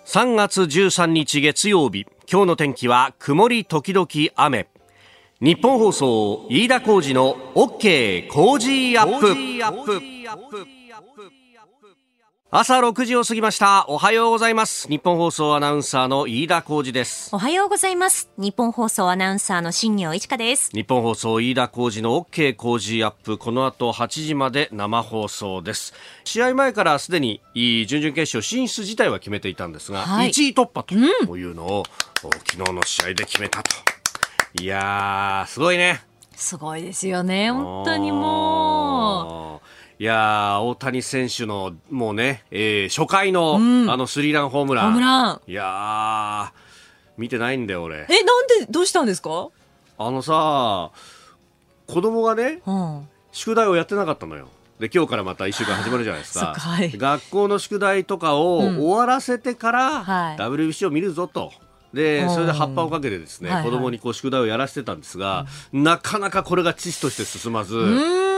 3月13日月曜日、今日の天気は曇り時々雨。日本放送飯田浩司の OK 工事アップ。朝6時を過ぎました。おはようございます。日本放送アナウンサーの飯田浩司です。 おはようございます。日本放送アナウンサーの新業一華です。 日本放送飯田浩司の OK 工事アップ、この後8時まで生放送です。試合前からすでに準々決勝進出自体は決めていたんですが、1位突破というのを、昨日の試合で決めたと。いやー、すごいね。 すごいですよね、本当にもう。 いやー、大谷選手のもうね、初回の、スリーランホームラン。いやー、見てないんだよ俺。 なんで、どうしたんですか？ さ、子供がね、宿題をやってなかったのよ。で、今日からまた1週間始まるじゃないですか。学校の宿題とかを終わらせてから、WBC を見るぞと。で、それで葉っぱをかけてですね、子供にこう宿題をやらせてたんですが、なかなかこれが遅々として進まず、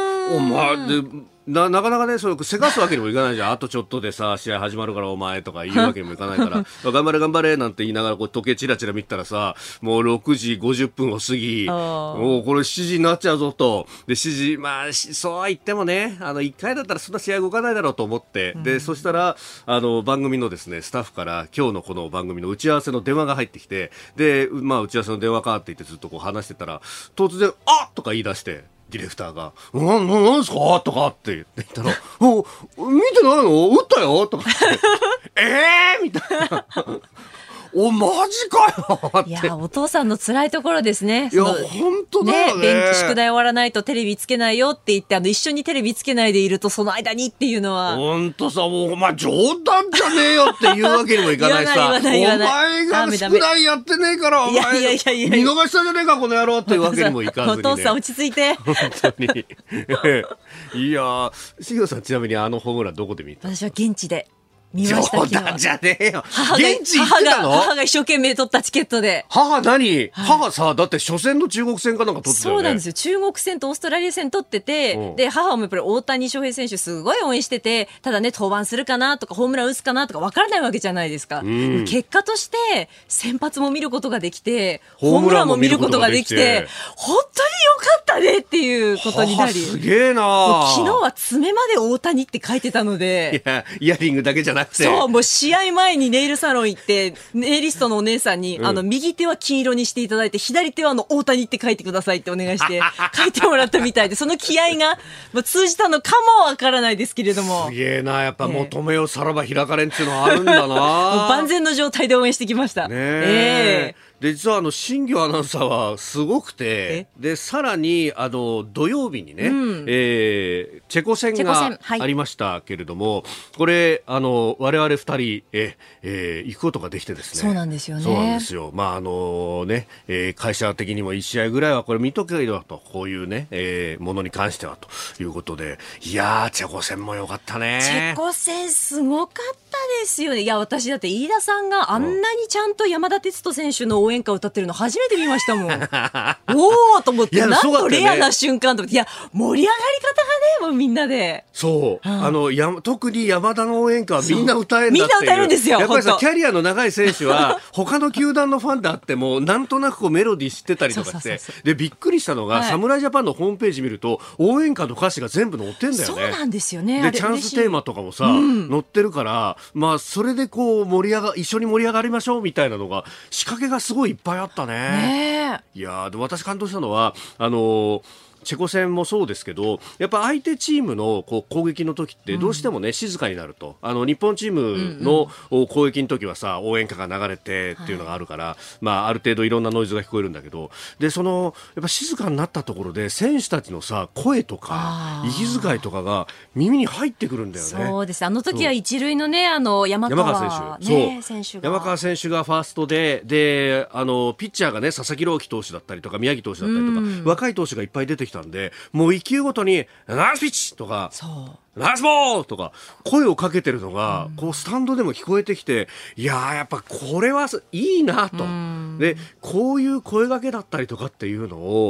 なかなかね、そうせかすわけにもいかないじゃん。あとちょっとでさ、試合始まるからお前とか言うわけにもいかないから頑張れ頑張れなんて言いながらこう時計チラチラ見たらさ、もう6時50分を過ぎ、もうこれ7時になっちゃうぞと。で、7時、そうは言ってもね、1回だったらそんな試合動かないだろうと思って、で、そしたら番組のですねスタッフから今日のこの番組の打ち合わせの電話が入ってきて、で、打ち合わせの電話かって言ってずっとこう話してたら、突然あっとか言い出して、ディレクターがなんすかとかって言ったら見てないの打ったよとかってみたいなマジかよって。 いや、お父さんの辛いところですね。 いや、本当だよね。 宿題終わらないとテレビつけないよって言って、一緒にテレビつけないでいるとその間にっていうのは。 本当さ、もう冗談じゃねえよって言うわけにもいかないさ。お前が宿題やってねえから、お前見逃したじゃねえかこの野郎っていうわけにもいかずにね。 お父さん落ち着いて。 本当に。いや、しげさんちなみにホームランどこで見た？ 私は現地で見ました。 冗談じゃねえよ。現地行ってたの？ 母が一生懸命取ったチケットで。 母さ、だって初戦の中国戦かなんか取ってたよね。 そうなんですよ。中国戦とオーストラリア戦取ってて、で、母もやっぱり大谷翔平選手すごい応援してて、ただね、登板するかなとか、ホームラン打つかなとか分からないわけじゃないですか。結果として、先発も見ることができて、ホームランも見ることができて、本当に良かったねっていうことになり。 すげえな。 昨日は爪まで大谷って書いてたので。 いや、イヤリングだけじゃなくて。 そう、もう試合前にネイルサロン行って、ネイリストのお姉さんに、右手は金色にしていただいて、左手は大谷って書いてくださいってお願いして、書いてもらったみたいで、その気合が通じたのかもわからないですけれども。 すげえな、やっぱ求めよさらば開かれんっていうのはあるんだな。 万全の状態で応援してきました。 で、実は新業アナウンサーはすごくて、で、さらに土曜日にね、チェコ戦がありましたけれども、これ我々2人行くことができてですね。 そうなんですよね。 そうなんですよ。会社的にも1試合ぐらいはこれ見とけよと、こういうね、ものに関してはということで、いやー、チェコ戦も良かったね。 チェコ戦すごかったですよね。いや、私だって飯田さんがあんなにちゃんと山田哲人選手の応援歌を歌ってるの初めて見ましたもん。おーと思って、なんとレアな瞬間と思って、いや、盛り上がり方がね、もうみんなで。 そう。特に山田の応援歌はみんな歌えるんだっていう。 みんな歌えるんですよ。 やっぱりさ、キャリアの長い選手は、他の球団のファンであっても、なんとなくこうメロディー知ってたりとかして、で、びっくりしたのが、侍ジャパンのホームページ見ると、応援歌の歌詞が全部載ってんだよね。 そうなんですよね。 で、チャンステーマとかもさ、載ってるから、それでこう、一緒に盛り上がりましょうみたいなのが、仕掛けがすごいいっぱいあったね。いやー、で、私感動したのは、チェコ戦もそうですけど、やっぱ相手チームのこう攻撃の時ってどうしてもね、静かになると、日本チームの攻撃の時はさ、応援歌が流れてっていうのがあるから、ある程度いろんなノイズが聞こえるんだけど、で、やっぱ静かになったところで選手たちのさ、声とか息遣いとかが耳に入ってくるんだよね。 そうです。あの時は一塁のね、山川選手が。 山川選手がファーストで、ピッチャーがね、佐々木朗希投手だったりとか、宮城投手だったりとか、若い投手がいっぱい出てきたんで、もう1球ごとにナイスピッチとかナイスボールとか声をかけてるのが、こうスタンドでも聞こえてきて、いやー、やっぱこれはいいなと。で、こういう声掛けだったりとかっていうのを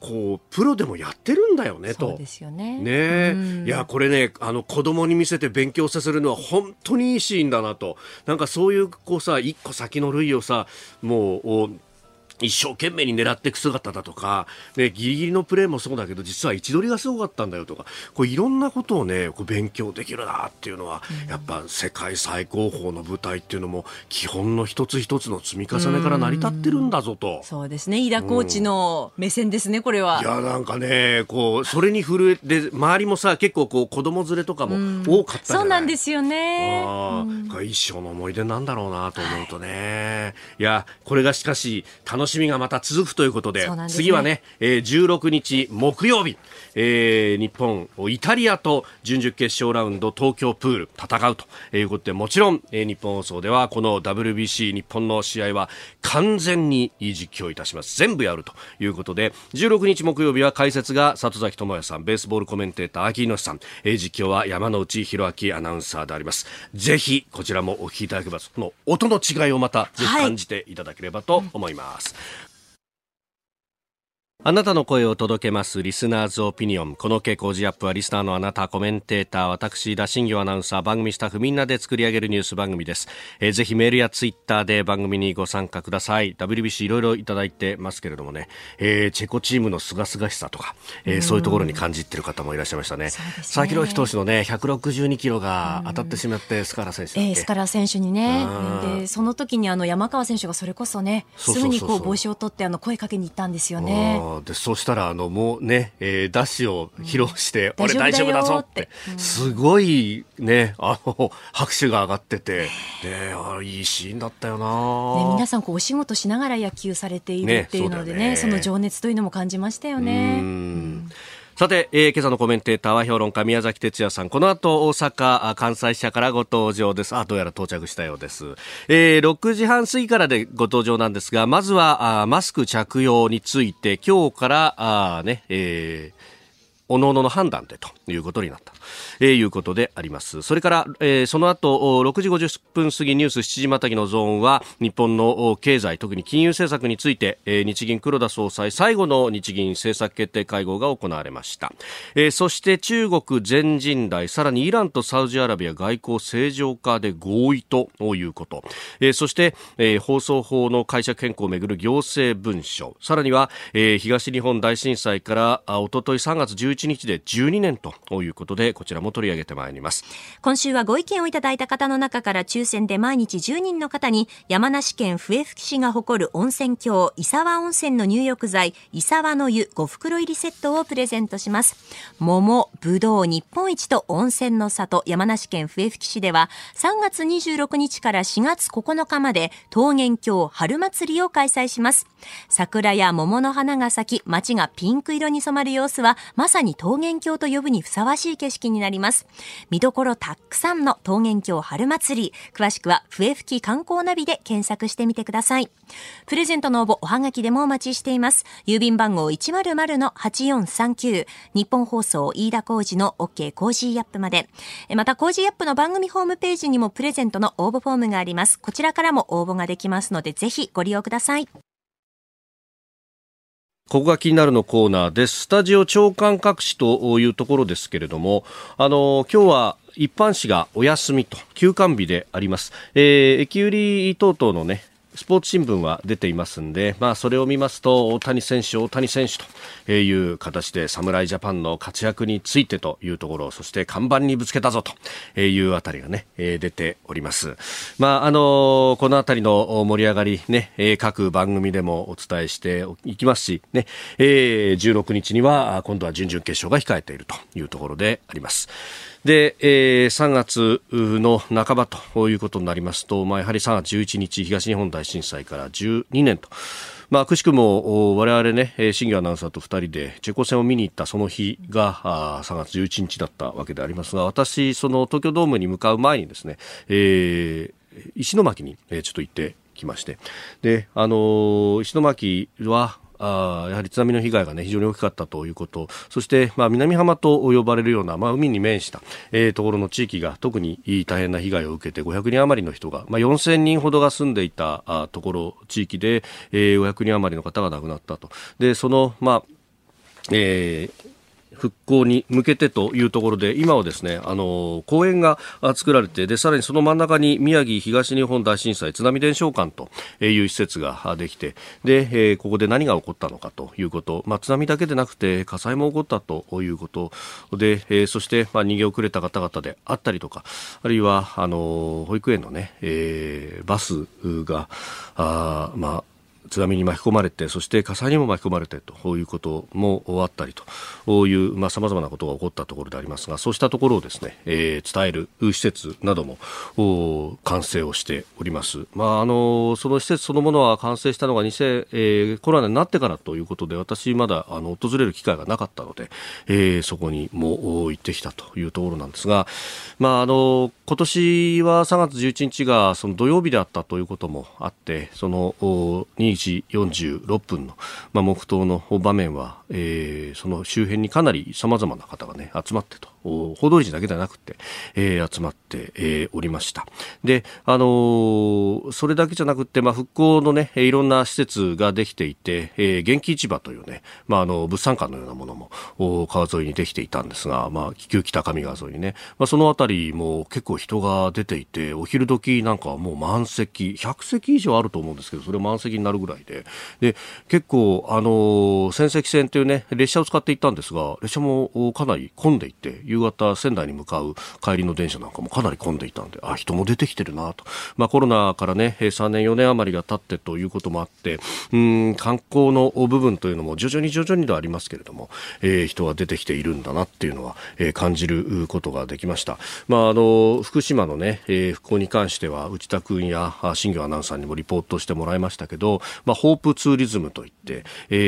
こうプロでもやってるんだよねと。 そうですよね。 いやこれね子供に見せて勉強させるのは本当にいいシーンだなと。なんかそういうこうさ一個先の塁をさもう一生懸命に狙っていく姿だとか、ね、ギリギリのプレーもそうだけど実は位置取りがすごかったんだよとか、こういろんなことをねこう勉強できるなっていうのは、やっぱ世界最高峰の舞台っていうのも基本の一つ一つの積み重ねから成り立ってるんだぞと。 そうですね、井田コーチの目線ですね、これは。いやなんかねこうそれに震えて周りもさ結構こう子供連れとかも多かったじゃない。 そうなんですよね。 一生の思い出なんだろうなと思うとね、いやこれがしかし楽しみがまた続くということで、次はね、16日木曜日、日本イタリアと準々決勝ラウンド東京プール戦うということで、もちろん、日本放送ではこの WBC 日本の試合は完全に実況いたします。全部やるということで、16日木曜日は解説が里崎智也さん、ベースボールコメンテーター秋猪さん、実況は山内弘明アナウンサーであります。ぜひこちらもお聞きいただければ、その音の違いをまたぜひ感じていただければと思います。あなたの声を届けますリスナーズオピニオン。この傾向ジアップはリスナーのあなた、コメンテーター、私田新業アナウンサー、番組スタッフみんなで作り上げるニュース番組です。ぜひメールやツイッターで番組にご参加ください。 WBC いろいろいただいてますけれどもね、チェコチームの清々しさとか、そういうところに感じている方もいらっしゃいましたね。佐々木朗希投手のね162キロが当たってしまってスカラ選手スカラ選手にね、でその時に山川選手がそれこそねすぐにこう帽子を取って声かけに行ったんですよね。 でそうしたらもうね、ダッシュを披露して、俺大丈夫だぞって、すごいね拍手が上がってて、でいいシーンだったよな、 ね、皆さんこうお仕事しながら野球されているっていうので ね、その情熱というのも感じましたよね。 さて、今朝のコメンテーターは評論家宮崎哲也さん。この後大阪関西支社からご登場です。どうやら到着したようです。6時半過ぎからでご登場なんですが、まずはマスク着用について今日から各々の判断でということになったということであります。それから、その後6時50分過ぎニュース7時またぎのゾーンは日本の経済、特に金融政策について、日銀黒田総裁最後の日銀政策決定会合が行われました。そして中国全人代、さらにイランとサウジアラビア外交正常化で合意ということ、そして、放送法の解釈変更をめぐる行政文書、さらには、東日本大震災からおととい3月11日で12年ということで、こちらも取り上げてまいります。 今週はご意見をいただいた方の中から抽選で毎日10人の方に山梨県笛吹市が誇る温泉郷伊沢温泉の入浴剤伊沢の湯5袋入りセットをプレゼントします。桃、ぶどう日本一と温泉の里山梨県笛吹市では3月26日から4月9日まで桃源郷春祭りを開催します。桜や桃の花が咲き、街がピンク色に染まる様子はまさに桃源郷と呼ぶにふさわしい景色になります。見どころたくさんの桃源郷春祭り、詳しくは笛吹観光ナビで検索してみてください。プレゼントの応募おはがきでもお待ちしています。郵便番号 100-8439 日本放送飯田浩司の OK コージーアップまで。またコージーアップの番組ホームページにもプレゼントの応募フォームがあります。こちらからも応募ができますのでぜひご利用ください。 ここが気になるのコーナーです。スタジオ長官各紙というところですけれども、今日は一般紙がお休みと休刊日であります。駅売り等々のねスポーツ新聞は出ていますんで、それを見ますと大谷選手という形で侍ジャパンの活躍についてというところ、そして看板にぶつけたぞというあたりがね、出ております。このあたりの盛り上がりね、各番組でもお伝えしていきますしね、16日には今度は準々決勝が控えているというところであります。で、3月の半ばということになりますと、やはり3月11日東日本大震災から12年と、くしくも我々ね新業アナウンサーと2人でチェコ戦を見に行ったその日が3月11日だったわけでありますが、私その東京ドームに向かう前にですね、石巻にちょっと行ってきまして、で石巻はやはり津波の被害が、非常に大きかったということ、そして、南浜と呼ばれるような、海に面した、ところの地域が特に大変な被害を受けて500人余りの人が、4000人ほどが住んでいたところ地域で、500人余りの方が亡くなったと。でその、 復興に向けてというところで今はですね公園が作られて、でさらにその真ん中に宮城東日本大震災津波伝承館という施設ができて、で、ここで何が起こったのかということ、津波だけでなくて火災も起こったということで、そして、逃げ遅れた方々であったりとか、あるいは保育園のね、バスが津波に巻き込まれて、そして火災にも巻き込まれてということもあったりという、様々なことが起こったところでありますが、そうしたところをですね、伝える施設なども完成をしております。その施設そのものは完成したのがコロナになってからということで、私まだ訪れる機会がなかったので、そこにも行ってきたというところなんですが、今年は3月11日がその土曜日であったということもあって、その2時46分の、黙祷の場面は、その周辺にかなり様々な方がね集まってと、報道陣だけではなくて、集まって、おりました。で、それだけじゃなくて、復興のねいろんな施設ができていて、元気市場というね、物産館のようなものも川沿いにできていたんですが、旧北上川沿いにね、そのあたりも結構人が出ていて、お昼時なんかはもう満席、100席以上あると思うんですけど、それ満席になるぐらいで、結構仙石線というね列車を使って行ったんですが、列車もかなり混んでいて、夕方仙台に向かう帰りの電車なんかもかなり混んでいたんで、人も出てきてるなと。コロナからね3年4年余りが経ってということもあって、観光の部分というのも徐々にではありますけれども、人が出てきているんだなっていうのは、感じることができました。福島のね、復興に関しては内田君や新庄アナウンサーにもリポートしてもらいましたけど、ホープツーリズムといって、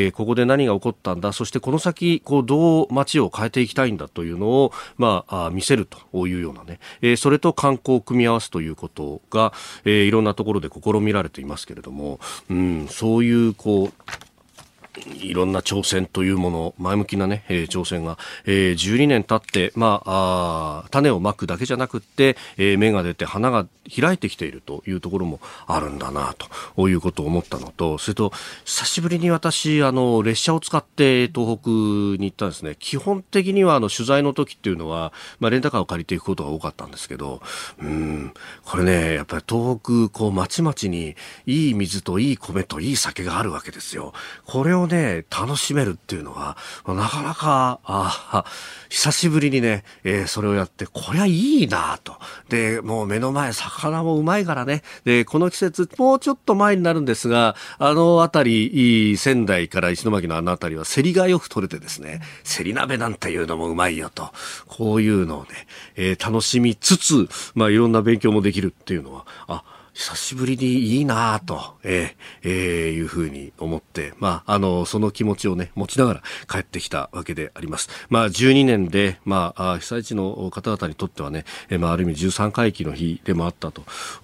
ここで何が起こったんだ、そしてこの先どう街を変えていきたいんだというのを、見せるというようなね、それと観光を組み合わすということが、いろんなところで試みられていますけれども、そういういろんな挑戦というもの、前向きなね、挑戦が、12年経って、種をまくだけじゃなくって、芽が出て花が開いてきているというところもあるんだなということを思ったのと、それと久しぶりに私列車を使って東北に行ったんですね。基本的には取材の時っていうのは、レンタカーを借りていくことが多かったんですけど、これねやっぱり東北町々にいい水といい米といい酒があるわけですよ。これをね楽しめるっていうのはなかなか久しぶりにね、それをやってこりゃいいなと。でもう目の前魚もうまいからね。でこの季節もうちょっと前になるんですが、辺り仙台から石巻の辺りは競りがよく取れてですね、競り鍋なんていうのもうまいよと、こういうのをね、楽しみつつ、いろんな勉強もできるっていうのは久しぶりにいいなと、いうふうに思って、その気持ちをね、持ちながら帰ってきたわけであります。12年で、被災地の方々にとってはね、ある意味13回忌の日でもあったと。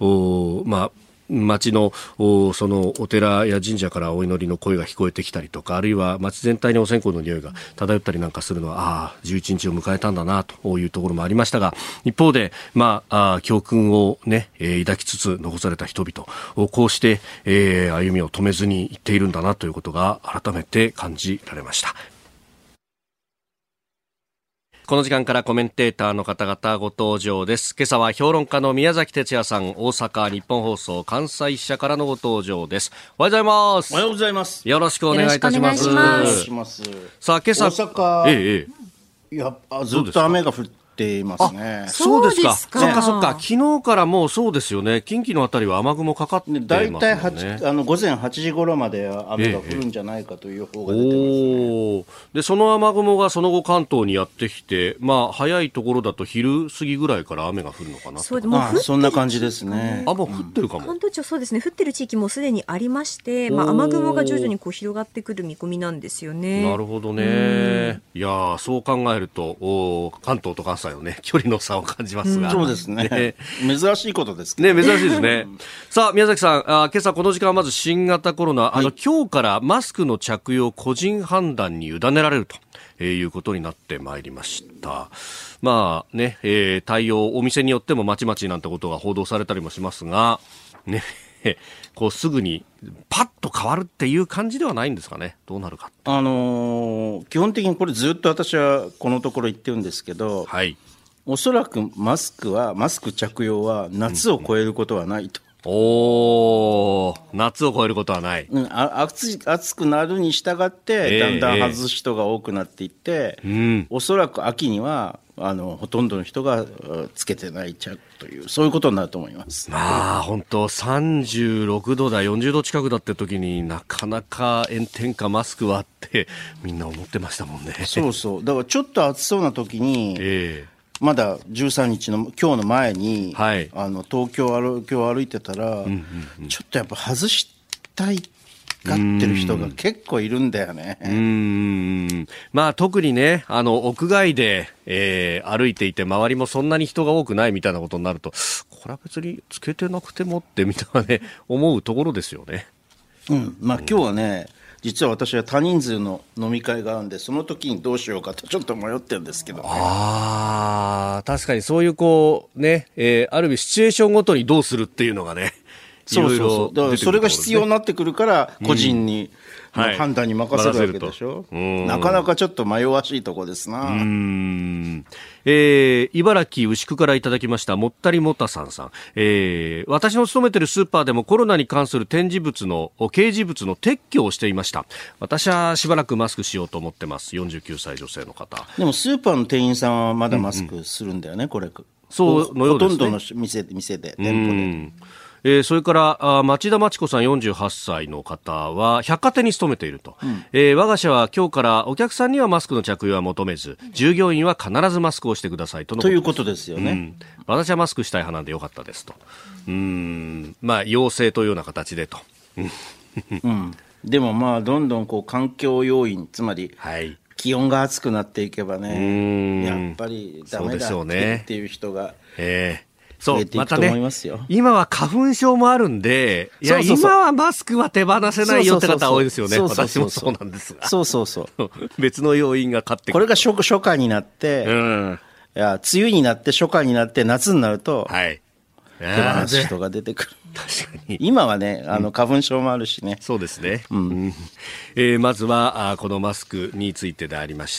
町のそのお寺や神社からお祈りの声が聞こえてきたりとか、あるいは町全体にお線香の匂いが漂ったりなんかするのは11日を迎えたんだなというところもありましたが、一方で教訓をね、抱きつつ残された人々をこうして、歩みを止めずにいっているんだなということが改めて感じられました。この時間からコメンテーターの方々ご登場です。今朝は評論家の宮崎哲也さん、大阪日本放送関西支社からのご登場です。おはようございます。 おはようございます。 よろしくお願いいたします。 お願いします。 さあ今朝大阪、ずっと雨が降っていますね。 そうですか。そっかそっか。昨日からもうそうですよね。近畿のあたりは雨雲かかってますもんね。 だいたい午前8時頃まで雨が降るんじゃないかという予報が出てますね。 でその雨雲がその後関東にやってきて、早いところだと昼過ぎぐらいから雨が降るのかなと。 そんな感じですね。 もう降ってるかも。 関東地方そうですね。降ってる地域もすでにありまして、雨雲が徐々に広がってくる見込みなんですよね。 なるほどね。いやそう考えると関東と関西のね距離の差を感じますが、 そうですね。珍しいことですけどね。珍しいですね。さあ宮崎さん、今朝この時間はまず新型コロナ、今日からマスクの着用個人判断に委ねられるということになってまいりました。対応お店によってもまちまちなんてことが報道されたりもしますがね。 こうすぐにパッと変わるっていう感じではないんですかね。どうなるか。 基本的にこれずっと私はこのところ言ってるんですけど、 はい、 おそらくマスク着用は夏を超えることはないと。 夏を超えることはない。 暑くなるに従ってだんだん外す人が多くなっていって、おそらく秋にはほとんどの人がつけてないという、そういうことになると思います。 本当36度だ40度近くだって時になかなか炎天下マスクはってみんな思ってましたもんね。 そうそう、だからちょっと暑そうな時に、まだ13日の今日の前に、はい、東京を歩いてたら、ちょっとやっぱ外したいがってる人が結構いるんだよね。 特にね屋外で、歩いていて周りもそんなに人が多くないみたいなことになると、これは別につけてなくてもってみたいなね思うところですよね。 今日はね、実は私は多人数の飲み会があるんで、その時にどうしようかとちょっと迷ってるんですけどね。 確かにそういうある意味シチュエーションごとにどうするっていうのがね、 そうだからそれが必要になってくるから個人に、判断に任せるわけでしょ。なかなかちょっと迷わしいとこですな。 茨城牛久からいただきましたもったりもたさん。私の勤めているスーパーでもコロナに関する掲示物の撤去をしていました。私はしばらくマスクしようと思ってます。49歳女性の方。 でもスーパーの店員さんはまだマスクするんだよね、これ。 そうのようですね。 ほとんどの店で店舗で。 それから町田真知子さん48歳の方は百貨店に勤めていると、我が社は今日からお客さんにはマスクの着用は求めず、従業員は必ずマスクをしてくださいということですよね。 私はマスクしたい派なんでよかったですと。要請というような形でと。 でもどんどん環境要因、つまり、気温が暑くなっていけばね、やっぱりダメだっていう人が増えていくと思いますよ。 今は花粉症もあるんで、今はマスクは手放せないよって方多いですよね。私もそうなんですが。別の要因が勝ってくる。 これが初夏になって、梅雨になって初夏になって夏になると、手放す人が出てくる。 確かに。 今はね、花粉症もあるしね。 そうですね。まずはこのマスクについてでありました。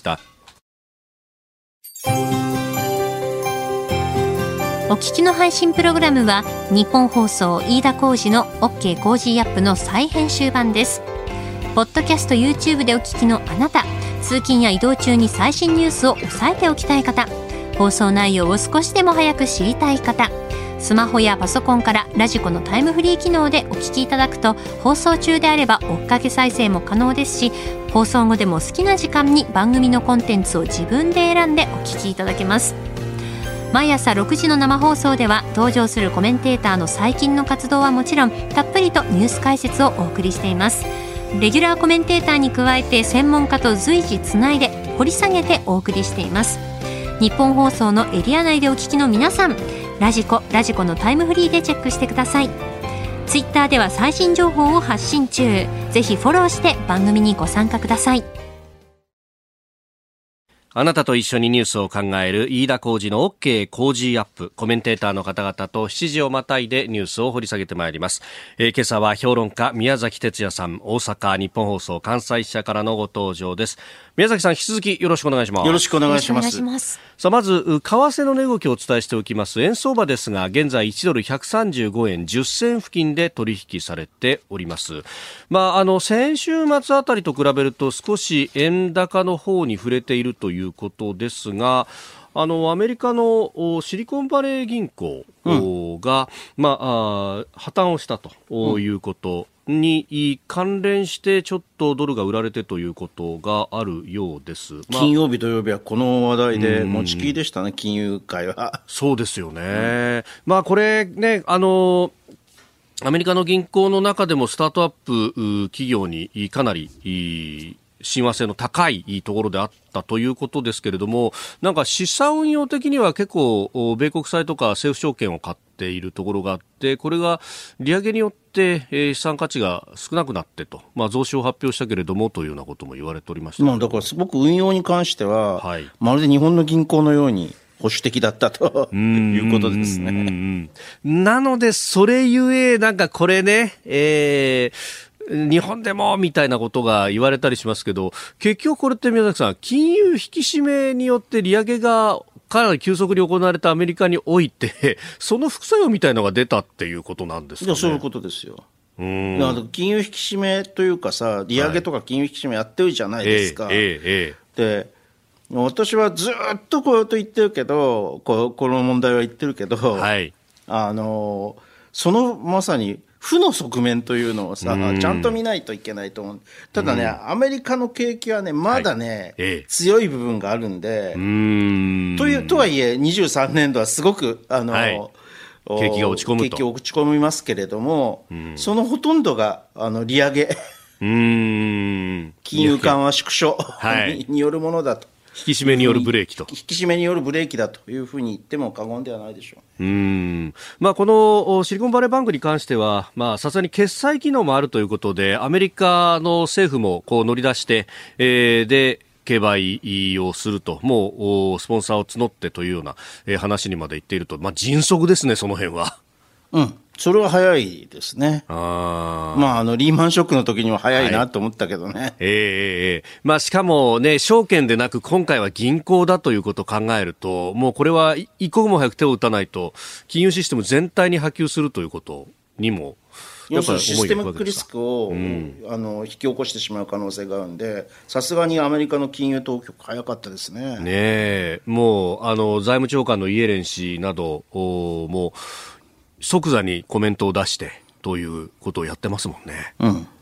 お聞きの配信プログラムは日本放送飯田浩司の OK コージーアップの再編集版です。ポッドキャスト YouTube でお聞きのあなた、通勤や移動中に最新ニュースを押さえておきたい方、放送内容を少しでも早く知りたい方、スマホやパソコンからラジコのタイムフリー機能でお聞きいただくと、放送中であれば追っかけ再生も可能ですし、放送後でも好きな時間に番組のコンテンツを自分で選んでお聞きいただけます。毎朝6時の生放送では登場するコメンテーターの最近の活動はもちろん、たっぷりとニュース解説をお送りしています。レギュラーコメンテーターに加えて専門家と随時つないで掘り下げてお送りしています。日本放送のエリア内でお聞きの皆さん、ラジコのタイムフリーでチェックしてください。ツイッターでは最新情報を発信中。ぜひフォローして番組にご参加ください。 あなたと一緒にニュースを考える飯田浩司の OK 工事アップ。コメンテーターの方々と7時をまたいでニュースを掘り下げてまいります。今朝は評論家宮崎哲也さん、大阪日本放送関西支社からのご登場です。宮崎さん、引き続きよろしくお願いします。 よろしくお願いします。 さあ、まず為替の値動きをお伝えしておきます。円相場ですが、現在1ドル135円10銭付近で取引されております。先週末あたりと比べると少し円高の方に触れているということですが、アメリカのシリコンバレー銀行が、破綻をしたということに関連してちょっとドルが売られてということがあるようです。 金曜日土曜日はこの話題で持ちきりでしたね、金融界は。 そうですよね。これね、アメリカの銀行の中でもスタートアップ企業にかなり親和性の高いところであったということですけれども、なんか資産運用的には結構米国債とか政府証券を買っているところがあって、これが利上げによって資産価値が少なくなってと、増資を発表したけれどもというようなことも言われておりました。 だからすごく運用に関しては、まるで日本の銀行のように保守的だったということですね。 なのでそれゆえなんかこれね、日本でもみたいなことが言われたりしますけど、結局これって宮崎さん、金融引き締めによって利上げがかなり急速に行われたアメリカにおいて、その副作用みたいなのが出たっていうことなんですかね。 そういうことですよ。金融引き締めというかさ、利上げとか金融引き締めやってるじゃないですか。で、私はずっとこうと言ってるけど、この問題は言ってるけど、はい、そのまさに負の側面というのをさ、ちゃんと見ないといけないと思う。ただね、アメリカの景気はね、まだね、強い部分があるんで、とはいえ、23年度はすごく、 景気が落ち込むと。 景気落ち込みますけれども、そのほとんどが利上げ、金融緩和縮小によるものだと。 引き締めによるブレーキと。 引き締めによるブレーキだというふうに言っても過言ではないでしょう。 このシリコンバレーバンクに関しては、さすがに決済機能もあるということで、アメリカの政府もこう乗り出して、で、競売をすると、もうスポンサーを募ってというような話にまで言っていると、迅速ですね、その辺は。 それは早いですね。リーマンショックの時には早いなと思ったけどね。 しかもね、証券でなく今回は銀行だということを考えると、もうこれは一刻も早く手を打たないと、金融システム全体に波及するということにも、 要するにシステムリスクを、引き起こしてしまう可能性があるんで、さすがにアメリカの金融当局早かったですね。 もう財務長官のイエレン氏などもう即座にコメントを出してということをやってますもんね。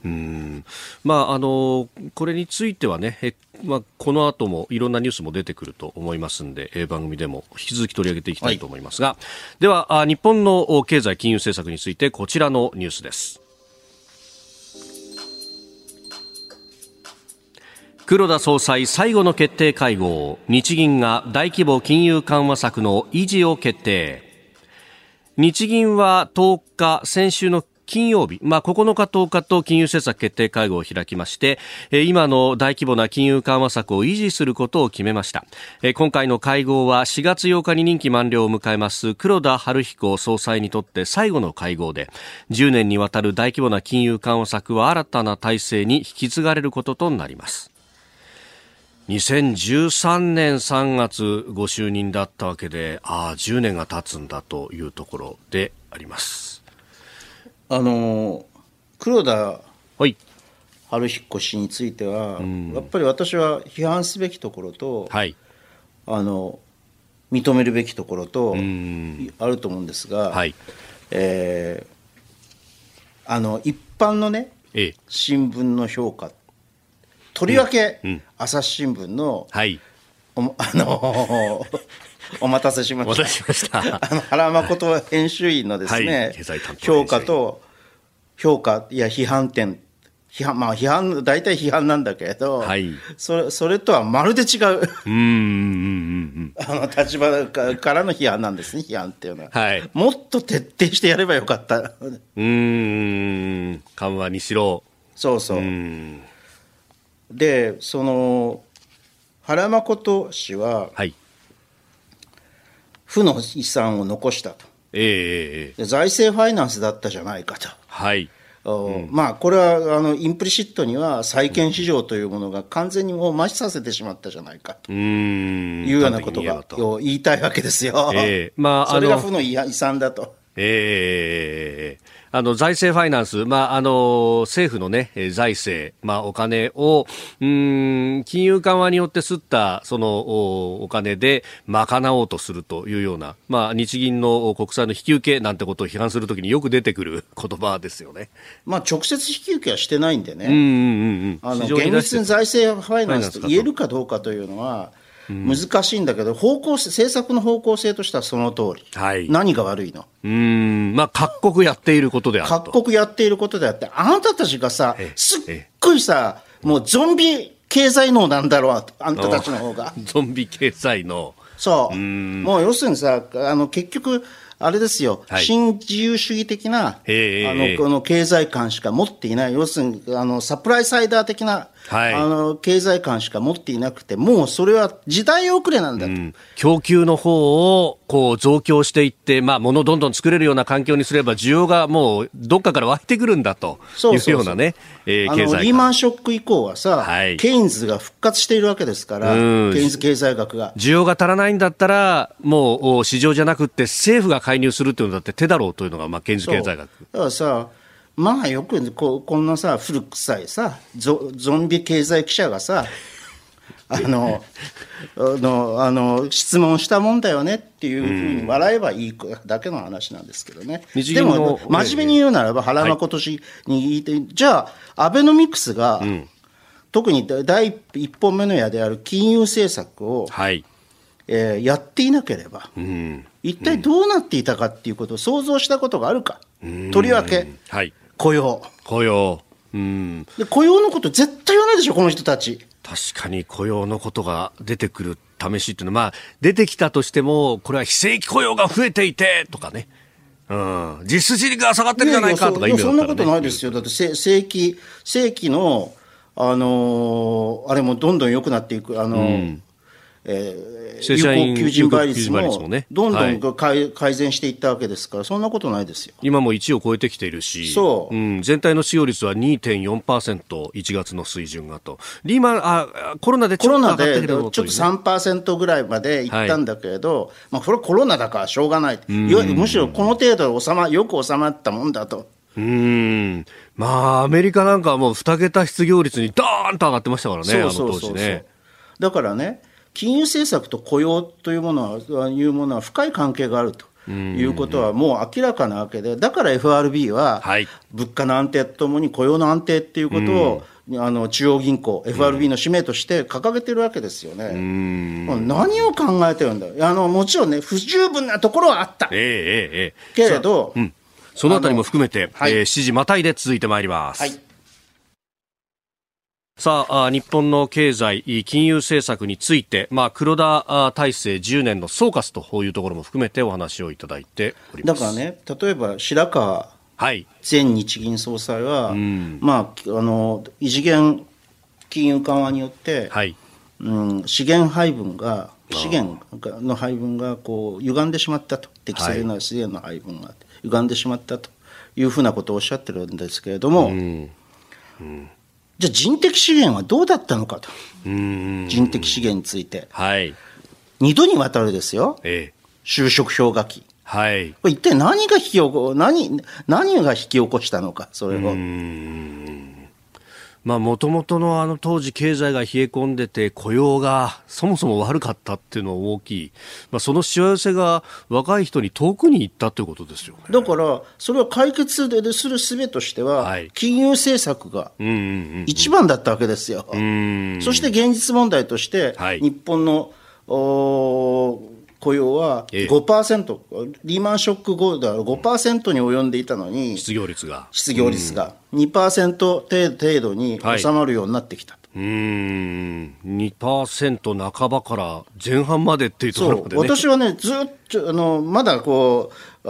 これについてはね、この後もいろんなニュースも出てくると思いますんで、番組でも引き続き取り上げていきたいと思いますが、では日本の経済金融政策についてこちらのニュースです。黒田総裁最後の決定会合、日銀が大規模金融緩和策の維持を決定。日銀は10日、先週の金曜日、9日10日と金融政策決定会合を開きまして、今の大規模な金融緩和策を維持することを決めました。今回の会合は4月8日に任期満了を迎えます黒田東彦総裁にとって最後の会合で、10年にわたる大規模な金融緩和策は新たな体制に引き継がれることとなります。2013年3月ご就任だったわけで、10年が経つんだというところであります。 黒田晴彦氏については、やっぱり私は批判すべきところと、認めるべきところとあると思うんですが、一般のね、新聞の評価、とりわけ、朝日新聞の、お待たせしました。原誠編集員のですね、評価いや批判点、大体批判なんだけれど、それとはまるで違う立場からの批判なんですね。批判っていうのは、もっと徹底してやればよかった。 緩和にしろ。 そうそう。で、原誠氏は、負の遺産を残したと、財政ファイナンスだったじゃないかと、これはインプリシットには債券市場というものが完全にもう麻痺させてしまったじゃないかというようなことが言いたいわけですよ。それが負の遺産だと。 財政ファイナンス、政府のね、財政、お金を、金融緩和によって吸った、その、お金で賄おうとするというような、日銀の国債の引き受けなんてことを批判するときによく出てくる言葉ですよね。 直接引き受けはしてないんでね。厳密に財政ファイナンスと言えるかどうかというのは、難しいんだけど、政策の方向性としてはその通り、何が悪いの。 各国やっていることであると。 各国やっていることであって、あなたたちがさ、すっごいさ、もうゾンビ経済能なんだろう、あんたたちの方が。 ゾンビ経済能。 そう。もう要するにさ、結局、あれですよ、新自由主義的な、この経済観しか持っていない、要するにサプライサイダー的なはい、経済観しか持っていなくて、もうそれは時代遅れなんだと、 供給の方をこう増強していって、物をどんどん作れるような環境にすれば需要がもうどっかから湧いてくるんだというようなね、経済観。 リーマンショック以降はさ、はい、ケインズが復活しているわけですから、ケインズ経済学が需要が足らないんだったらもう市場じゃなくって政府が介入するというのだって手だろうというのがケインズ経済学。 だからさ、よくこんなさ古臭いさゾンビ経済記者がさ質問したもんだよねっていうふうに笑えばいいだけの話なんですけどね。でも真面目に言うならば原誠氏に言って、じゃあアベノミクスが、特に第一本目の矢である金融政策を、やっていなければ、一体どうなっていたかっていうことを想像したことがあるか。とりわけ、雇用、で雇用のこと絶対言わないでしょこの人たち。 確かに雇用のことが出てくる試しっていうのは、出てきたとしてもこれは非正規雇用が増えていてとかね、実質賃金が下がってるじゃないかとか意味だったらね。 そんなことないですよ。だって正規のあれもどんどん良くなっていく有効求人倍率もどんどん改善していったわけですから、そんなことないですよ。 今も1を超えてきているし、全体の使用率は 2.4%、1月の水準がと。リーマンコロナでちょっと上がってきてるのと、 ちょっと 3% ぐらいまでいったんだけれど、それはコロナだからしょうがない、むしろこの程度でよく収まったもんだと。 アメリカなんかはもう2桁失業率にドーンと上がってましたからね、あの当時ね。 だからね、金融政策と雇用というものは深い関係があるということはもう明らかなわけで、だから FRB は物価の安定とともに雇用の安定ということを、中央銀行 FRB の使命として掲げてるわけですよね。何を考えてるんだよ。もちろんね、不十分なところはあった、けれど、 そのあたりも含めて、7時またいで続いてまいります。さあ、日本の経済金融政策について、黒田体制10年の総括というところも含めてお話をいただいております。 だからね、例えば白川前日銀総裁は、異次元金融緩和によって、資源の配分がこう歪んでしまったと、適正な資源の配分が歪んでしまったというふうなことをおっしゃってるんですけれども、じゃあ人的資源はどうだったのかと。人的資源について、2度にわたるですよ、就職氷河期、これ一体何が引き起こしたのか、それを。 もともとの当時経済が冷え込んでて雇用がそもそも悪かったっていうのは大きい、そのしわ寄せが若い人に遠くに行ったということですよね。 だからそれを解決する術としては、金融政策が一番だったわけですよ。そして現実問題として、日本の雇用は 5%、リーマンショック後では 5% に及んでいたのに、 失業率が 2% 程度に収まるようになってきたと。 2% 半ばから前半までっていうところまでね。 私はね、ずっとまだこう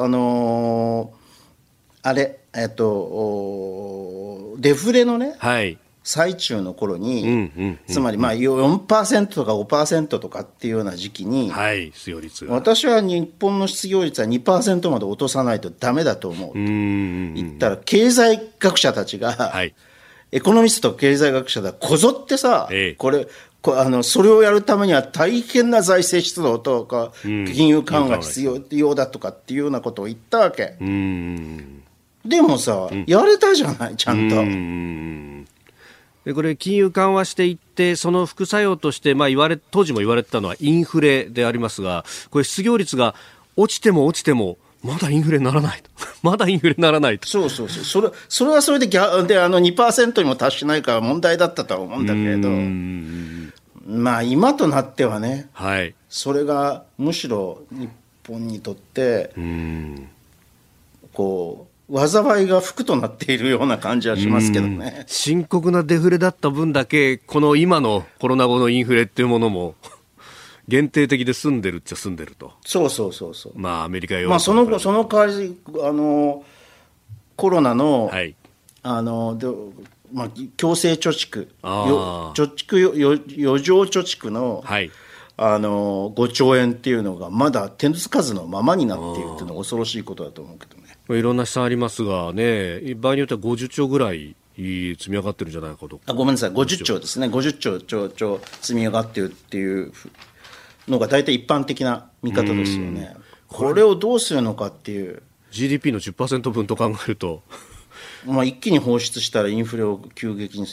デフレのね、最中の頃に、つまり4% とか 5% とかっていうような時期に、 失業率が、 私は日本の失業率は 2% まで落とさないとダメだと思うと言ったら、経済学者たちが、エコノミストと経済学者がこぞってさ、それをやるためには大変な財政出動とか、金融緩和必要だとかっていうようなことを言ったわけ。でもさ、やれたじゃない、ちゃんと。 でこれ金融緩和していって、その副作用として、当時も言われてたのはインフレでありますが、これ失業率が落ちてもまだインフレにならないとまだインフレにならないと。 それはそれで2% にも達しないから問題だったとは思うんだけれど、今となってはね、それがむしろ日本にとって災いが福となっているような感じはしますけどね。 深刻なデフレだった分だけ、この今のコロナ後のインフレっていうものも限定的で済んでるっちゃ済んでると。アメリカヨーロッパ、 その代わりコロナの、 強制貯蓄、余剰貯蓄の、はい、5兆円っていうのがまだ手つかずのままになっているっていうのが恐ろしいことだと思うけどね。 いろんな試算ありますがね、場合によっては50兆ぐらい積み上がってるんじゃないかと。 ごめんなさい、50兆ですね。50兆積み上がってるっていうのが大体一般的な見方ですよね。これをどうするのかっていう GDP の 10% 分と考えると一気に放出したらインフレを急激に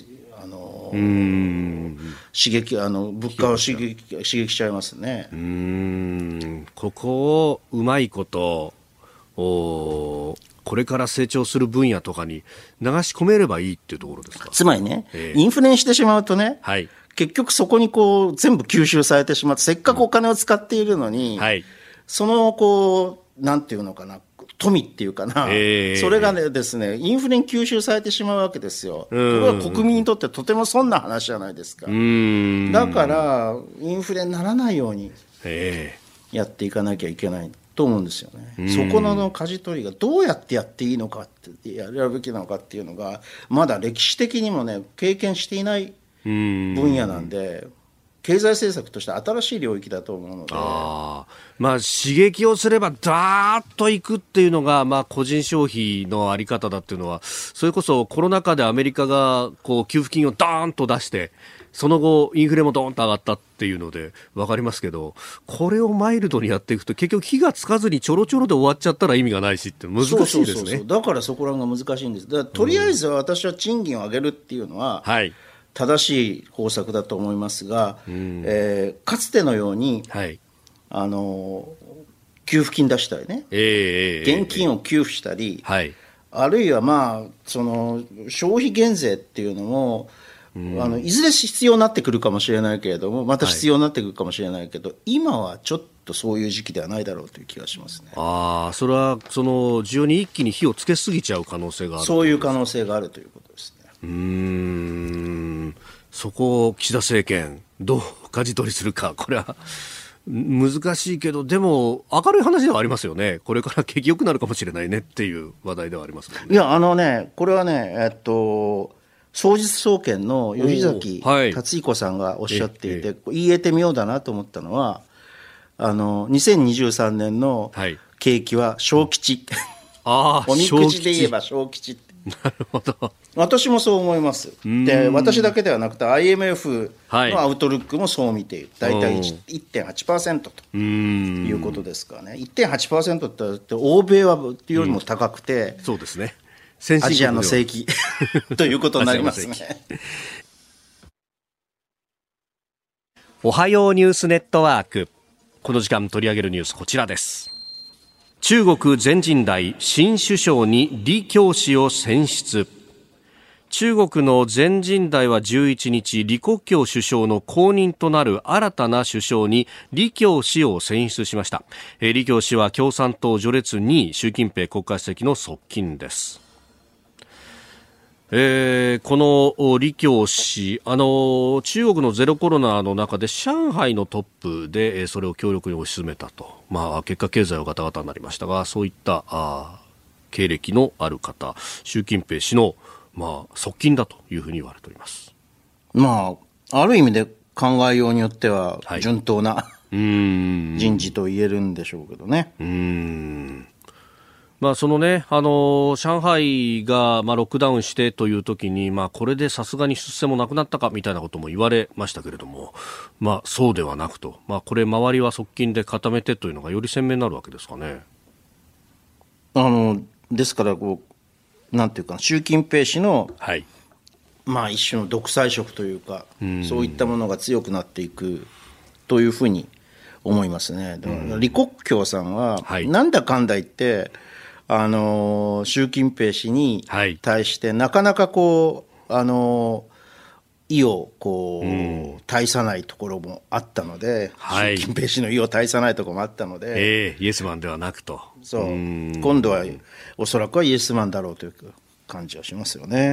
刺激物価を刺激しちゃいますね。 ここをうまいことこれから成長する分野とかに流し込めればいいっていうところですか。 つまりね、インフレにしてしまうとね、はい、結局そこにこう全部吸収されてしまって、せっかくお金を使っているのに、はい、そのこうなんていうのかな、富っていうかな、それがねですね、インフレに吸収されてしまうわけですよ。これは国民にとってとても損な話じゃないですか。だからインフレにならないようにやっていかなきゃいけないと思うんですよね。そこの舵取りがどうやってやっていいのかってやるべきなのかっていうのがまだ歴史的にもね経験していない分野なんで、経済政策として新しい領域だと思うので、 刺激をすればダーッといくっていうのが、個人消費のあり方だっていうのは、それこそコロナ禍でアメリカがこう給付金をドーンと出してその後インフレもドーンと上がったっていうので分かりますけど、これをマイルドにやっていくと結局火がつかずにちょろちょろで終わっちゃったら意味がないしって難しいですね。 だからそこらが難しいんです。だからとりあえずは私は賃金を上げるっていうのは、正しい方策だと思いますが、かつてのように、給付金出したりね、現金を給付したり、あるいはその消費減税っていうのもいずれ必要になってくるかもしれないけれども、また必要になってくるかもしれないけど、今はちょっとそういう時期ではないだろうという気がしますね。 それはその需要に一気に火をつけすぎちゃう可能性がある。 そういう可能性があるということですね。 そこを岸田政権どう舵取りするか、これは難しいけど、でも明るい話ではありますよね。これから景気良くなるかもしれないねっていう話題ではありますもんね。 いやこれはね、双日総研の吉崎達彦さんがおっしゃっていて、言えてみようだなと思ったのは、2023年の景気は小吉、おみくじで言えば小吉って。 なるほど。 私もそう思います。で、私だけではなくて IMF のアウトルックもそう見ている。だいたい 1.8% ということですからね。 1.8% って欧米はよりも高くて、 そうですね、 アジアの世紀ということになりますね。 おはようニュースネットワーク、この時間取り上げるニュースこちらです。中国全人代新首相に李強氏を選出。中国の全人代は11日、李克強首相の後任となる新たな首相に李強氏を選出しました。李強氏は共産党序列2位、習近平国家主席の側近です。この李強氏、中国のゼロコロナの中で上海のトップでそれを強力に推し進めたと、結果経済はガタガタになりましたが、そういった経歴のある方、習近平氏の側近だというふうに言われております。 ある意味で考えようによっては順当な、人事と言えるんでしょうけどね。 そのね、上海がロックダウンしてという時に、これでさすがに出世もなくなったかみたいなことも言われましたけれども、そうではなくと、これ周りは側近で固めてというのがより鮮明になるわけですかね。 ですからなんていうか、習近平氏の、一種の独裁色というか、そういったものが強くなっていくというふうに思いますね。李克強さんは、なんだかんだ言って習近平氏に対してなかなか意を大さないところもあったので、習近平氏の意を大さないところもあったので、 イエスマンではなくと、 今度はおそらくはイエスマンだろうという感じはしますよね。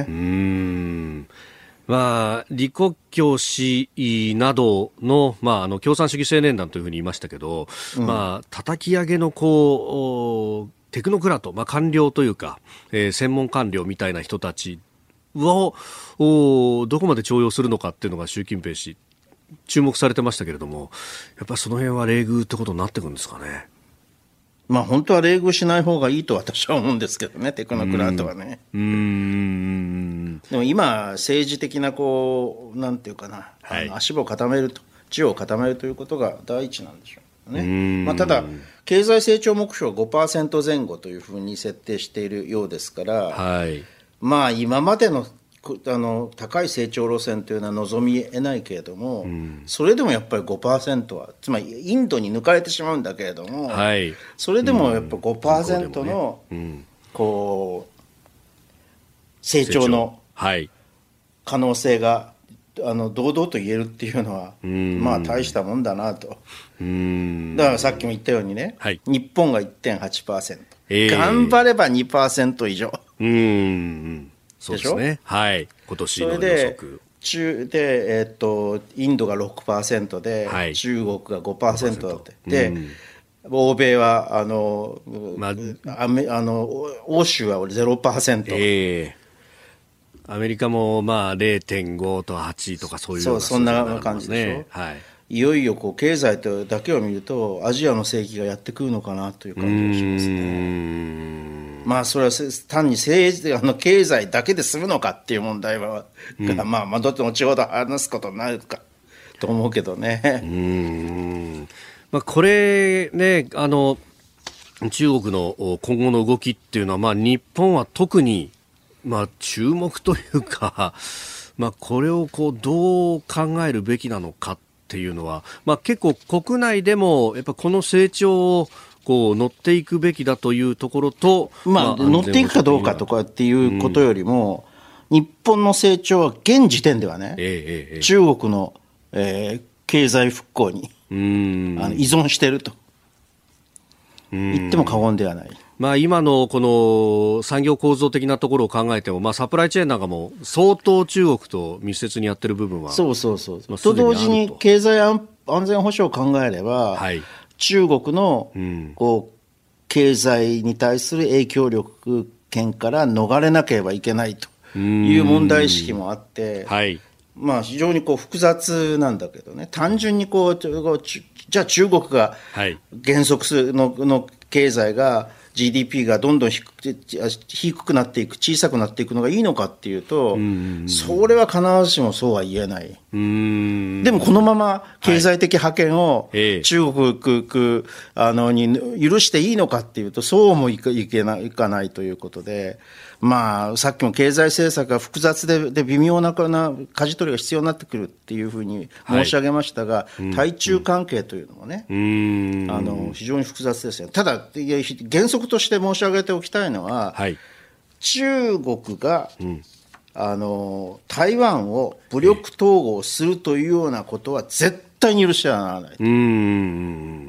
李克強氏などの、共産主義青年団というふうに言いましたけど、叩き上げのテクノクラト、官僚というか、専門官僚みたいな人たちをどこまで重用するのかっていうのが習近平氏注目されてましたけれども、やっぱりその辺は冷遇ってことになってくるんですかね。 まあ本当は冷遇しない方がいいと私は思うんですけどね、テクノクラートはね。でも今政治的なこうなんていうかな、はい、足を固めると、地を固めるということが第一なんでしょうね。まあ、ただ経済成長目標 5% 前後というふうに設定しているようですから、はい、まあ今までの高い成長路線というのは望み得ないけれども、それでもやっぱり 5% は、つまりインドに抜かれてしまうんだけれども、はい、それでもやっぱ 5% のこう成長の可能性が堂々と言えるっていうのは、まあ大したもんだなと。だからさっきも言ったようにね、はい、日本が 1.8%、頑張れば 2% 以上。 そうですね。はい。今年の予測。 インドが 6% で、はい、中国が 5% だって。で、欧米は欧州は 0%。 アメリカもまあ 0.5 と8とかそういうような、 そんな感じでしょ。はい。いよいよこう経済だけを見るとアジアの世紀がやってくるのかなという感じがしますね。まあそれは単に経済だけで済むのかっていう問題は、まあどっちも後ほど話すことになるかと思うけどね。 まあ、これね、中国の今後の動きっていうのは、まあ日本は特にまあ注目というか、まあこれをこうどう考えるべきなのかっていうのは、まあ結構国内でもやっぱこの成長をこう乗っていくべきだというところと、 まあ、乗っていくかどうかとかっていうことよりも、日本の成長は現時点ではね、中国の、経済復興に依存していると言っても過言ではない。 まあ、今のこの産業構造的なところを考えても、まあ、サプライチェーンなんかも相当中国と密接にやってる部分は、 そう、と同時に経済安全保障を考えれば、はい、中国のこう経済に対する影響力圏から逃れなければいけないという問題意識もあって、はい、まあ非常にこう複雑なんだけどね、単純にこうじゃあ中国が減速するの経済がGDP がどんどん低くなっていく、小さくなっていくのがいいのかっていうと、それは必ずしもそうは言えない。でもこのまま経済的覇権を中国に許していいのかっていうと、そうもいかないということで、まあさっきも経済政策が複雑で微妙な舵取りが必要になってくるっていうふうに申し上げましたが、対中関係というのもね、非常に複雑ですよ。ただ原則として申し上げておきたいのは、はい、中国が、台湾を武力統合するというようなことは絶対に許してはならない。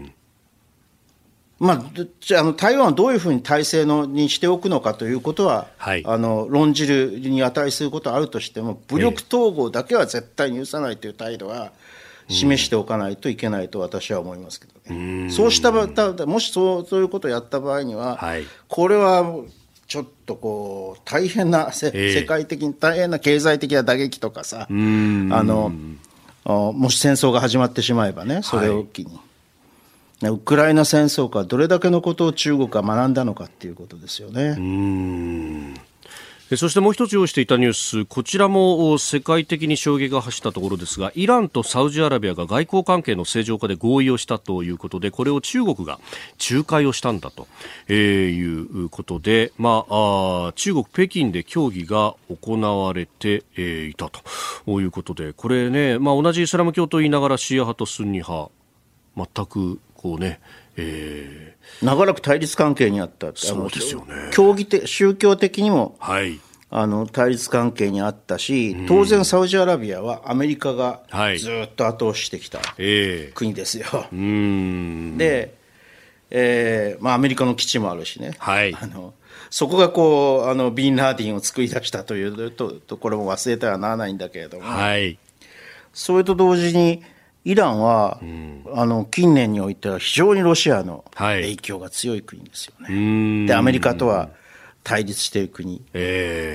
まあ、台湾はどういうふうに体制にしておくのかということは、はい、論じるに値することはあるとしても、武力統合だけは絶対に許さないという態度は示しておかないといけないと私は思いますけどね。そうした場合、もしそういうことをやった場合には、はい、これはちょっとこう大変な世界的に大変な経済的な打撃とかさ、もし戦争が始まってしまえばね、それを機に、はい、ウクライナ戦争からどれだけのことを中国が学んだのかっていうことですよね。 そしてもう一つ用意していたニュース、こちらも世界的に衝撃が走ったところですが、イランとサウジアラビアが外交関係の正常化で合意をしたということで、これを中国が仲介をしたんだということで、まあ、中国北京で協議が行われていたということで、これね、まあ、同じイスラム教と言いながらシーア派とスンニ派全くこうね、 長らく対立関係にあった。 そうですよね。 宗教的にも、 はい、 対立関係にあったし、当然サウジアラビアはアメリカがずっと後押ししてきた国ですよ。で、まあ、アメリカの基地もあるしね、はい、そこがこうビンラディンを作り出したというところも忘れてはならないんだけれども、はい、それと同時にイランは、近年においては非常にロシアの影響が強い国ですよね。でアメリカとは対立している国、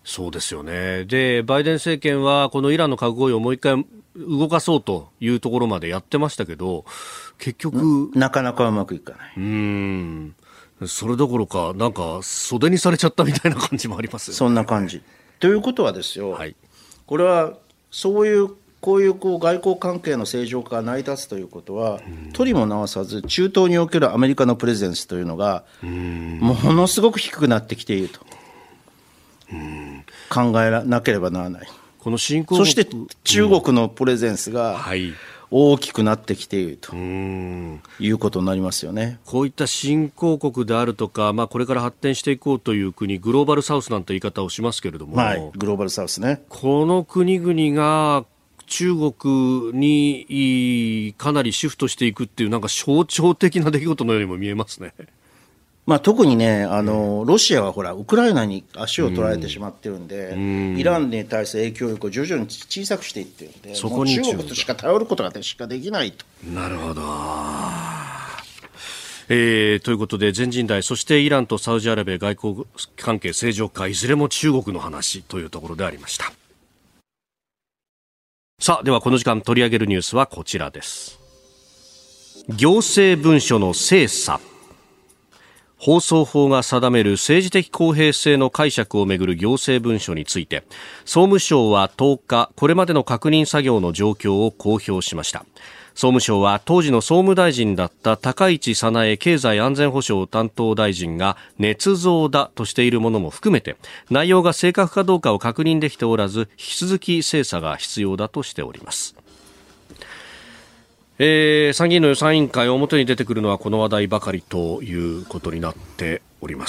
そうですよね。で、バイデン政権はこのイランの核合意をもう一回動かそうというところまでやってましたけど、結局なかなかうまくいかない。 それどころかなんか袖にされちゃったみたいな感じもありますよね。 そんな感じということはですよ、 はい、 これはそういうこういう外交関係の正常化が成り立つということは、取りも直さず中東におけるアメリカのプレゼンスというのがものすごく低くなってきていると考えなければならない。 この新興そして中国のプレゼンスが大きくなってきているということになりますよね。 こういった新興国であるとか、これから発展していこうという国、グローバルサウスなんて言い方をしますけれども、 はい、グローバルサウスね。 この国々が中国にかなりシフトしていくっていう、なんか象徴的な出来事のようにも見えますね。 特にね、ロシアはほらウクライナに足を取られてしまってるんで、イランに対する影響力を徐々に小さくしていってるんで、もう中国としか頼ることがしかできないと。 なるほど。ということで全人代、そしてイランとサウジアラビア外交関係正常化、いずれも中国の話というところでありました。さあ、ではこの時間取り上げるニュースはこちらです。行政文書の精査。放送法が定める政治的公平性の解釈をめぐる行政文書について、総務省は10日、これまでの確認作業の状況を公表しました。総務省は当時の総務大臣だった高市早苗経済安全保障担当大臣が捏造だとしているものも含めて、内容が正確かどうかを確認できておらず、引き続き精査が必要だとしております。参議院の予算委員会、表に出てくるのはこの話題ばかりということになっております。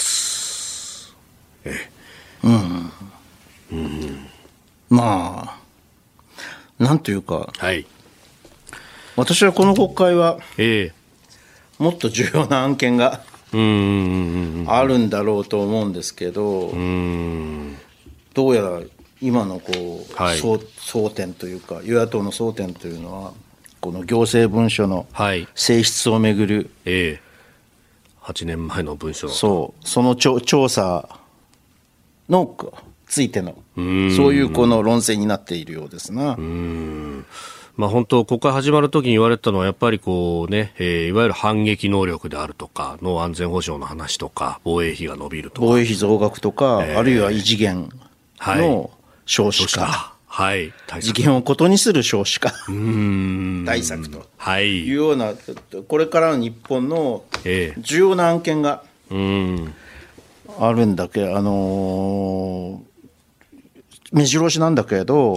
なんというか、 はい、 私はこの国会は、もっと重要な案件があるんだろうと思うんですけど、どうやら今の争点というか、与野党の争点というのは、この行政文書の性質をめぐる、 8年前の文書、 その調査のついてのそういうこの論戦になっているようですな。 本当、国会始まるときに言われたのは、やっぱりこうね、いわゆる反撃能力であるとかの安全保障の話とか、防衛費が伸びるとか、 防衛費増額とか、あるいは異次元の少子化、次元をことにする少子化対策というような、これからの日本の重要な案件があるんだけど、目白押しなんだけど、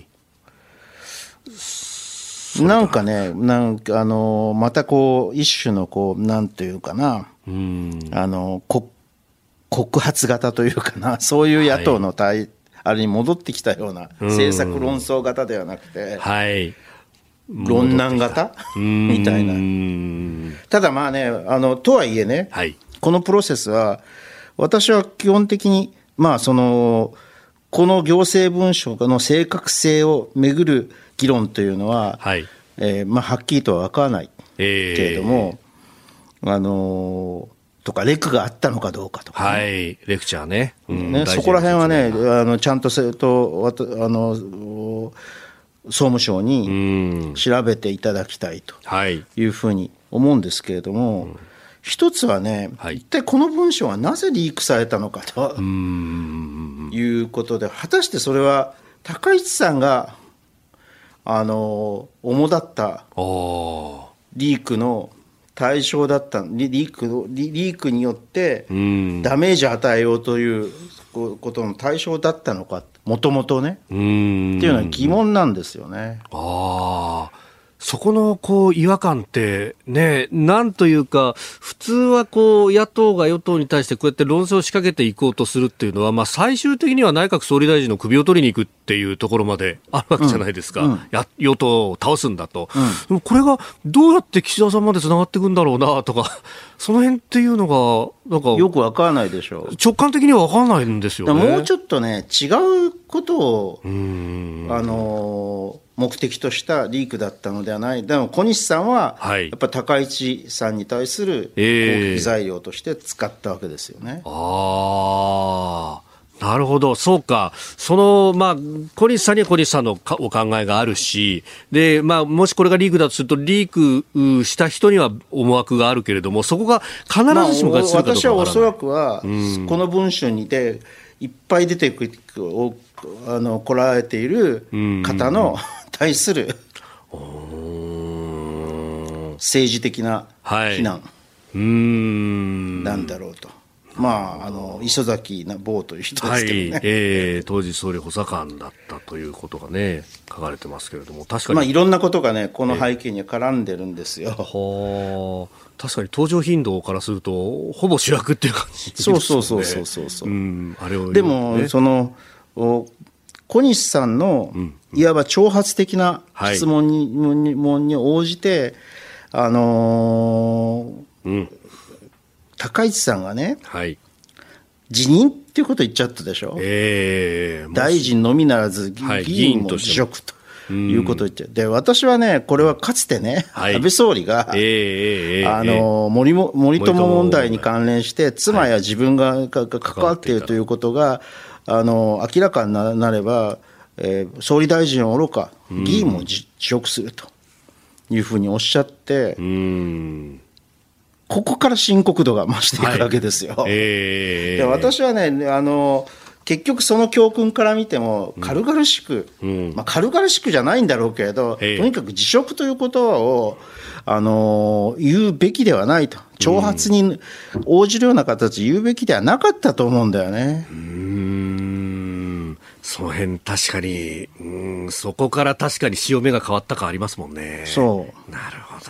なんかね、またこう一種のなんていうかな、告発型というかな、そういう野党のあれに戻ってきたような政策論争型ではなくて、論難型みたいな。ただとはいえね、このプロセスは私は基本的にこの行政文書の正確性をめぐる議論というのは、はっきりとは分からないけれども、とかレクがあったのかどうかとか、 レクチャーね、 そこら辺はね、ちゃんと総務省に調べていただきたいというふうに思うんですけれども、一つはね、一体この文書がなぜリークされたのかということで、果たしてそれは高市さんが主だったリークの対象だったリークによってダメージを与えようということの対象だったのか、もともとねっていうのは疑問なんですよね。 そこの違和感ってね、なんというか、普通は野党が与党に対してこうやって論争を仕掛けていこうとするっていうのは、最終的には内閣総理大臣の首を取りに行くっていうところまであるわけじゃないですか。与党を倒すんだと、でもこれがどうやって岸田さんまでつながっていくんだろうなとか、その辺っていうのがなんかよくわからないでしょう。 直感的にはわからないんですよね。 もうちょっとね、違うことを目的としたリークだったのではない。でも小西さんはやっぱり高市さんに対する攻撃材料として使ったわけですよね。 ななるほど、そうか。小西さんには小西さんのお考えがあるし、で、もしこれがリークだとすると、リークした人には思惑があるけれども、そこが必ずしも合致するかどうかわからない。 私はおそらくは、この文書にいっぱい出てくる来られている方の対する政治的な非難なんだろうと。磯崎坊という人ですけどね、 当時総理補佐官だったということがね書かれてますけれども、確かにいろんなことがねこの背景には絡んでるんですよ。 確かに登場頻度からするとほぼ主役っていう感じですね。 そうあれを、ね、でも小西さんのいわば挑発的な質問に応じて、高市さんがね、辞任っていうことを言っちゃったでしょ、大臣のみならず議員も辞職ということを言っちゃう。で、私はね、これはかつてね、安倍総理が、森友問題に関連して、妻や自分が関わっているということが、明らかになれば、総理大臣はおろか、議員も辞職するというふうにおっしゃって、ここから深刻度が増していくわけですよ。で、私はね、結局その教訓から見ても軽々しく、軽々しくじゃないんだろうけれど、とにかく辞職ということを言うべきではないと、挑発に応じるような形で言うべきではなかったと思うんだよね。 その辺確かに、そこから確かに潮目が変わった感ありますもんね。 そうなるほど。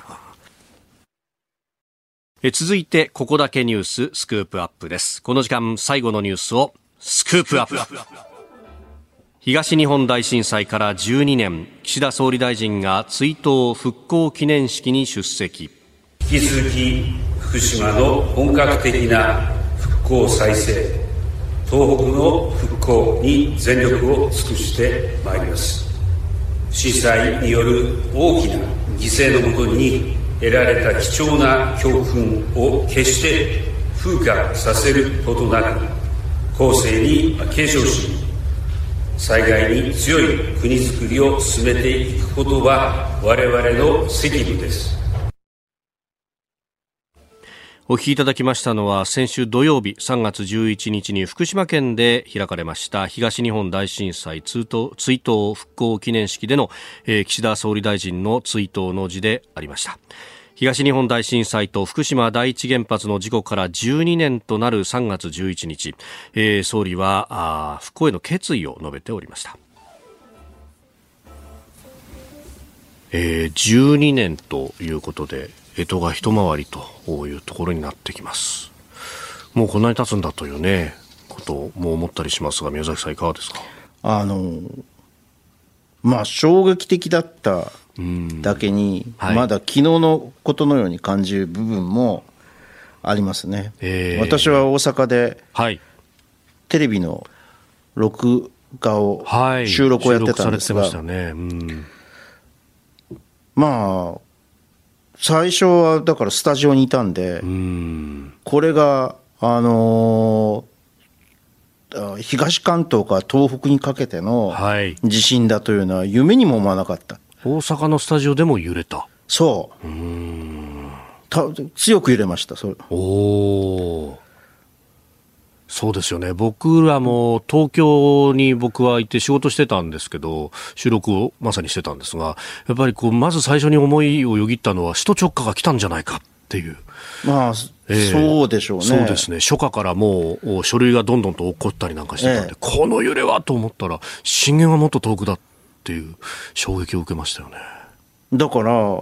続いてここだけニューススクープアップです。この時間最後のニュースをスクープアップ。東日本大震災から12年、岸田総理大臣が追悼復興記念式に出席。 引き続き福島の本格的な復興再生、東北の復興に全力を尽くしてまいります。震災による大きな犠牲のもとに得られた貴重な教訓を決して風化させることなく、後世に継承し、災害に強い国づくりを進めていくことは我々の責務です。 お聞きいただきましたのは、先週土曜日3月11日に福島県で開かれました東日本大震災追悼復興記念式での、岸田総理大臣の追悼の辞でありました。東日本大震災と福島第一原発の事故から12年となる3月11日、総理は復興への決意を述べておりました。12年ということで、干支が一回りというところになってきます。もうこんなに経つんだというねことも思ったりしますが、宮崎さんいかがですか？ 衝撃的だっただけに、まだ昨日のことのように感じる部分もありますね。私は大阪で、テレビの録画を、収録をやってたんですが、最初はだからスタジオにいたんで、これが東関東から東北にかけての地震だというのは夢にも思わなかった。 大阪のスタジオでも揺れた。 そう。強く揺れました。 そうですよね。僕らも東京に僕はいて仕事してたんですけど、収録をまさにしてたんですが、やっぱりまず最初に思いをよぎったのは首都直下が来たんじゃないかっていう。 そうでしょうね。 そうですね。初夏からもう書類がどんどんと起こったりなんかしてたんで、この揺れはと思ったら震源はもっと遠くだっていう衝撃を受けましたよね。 だから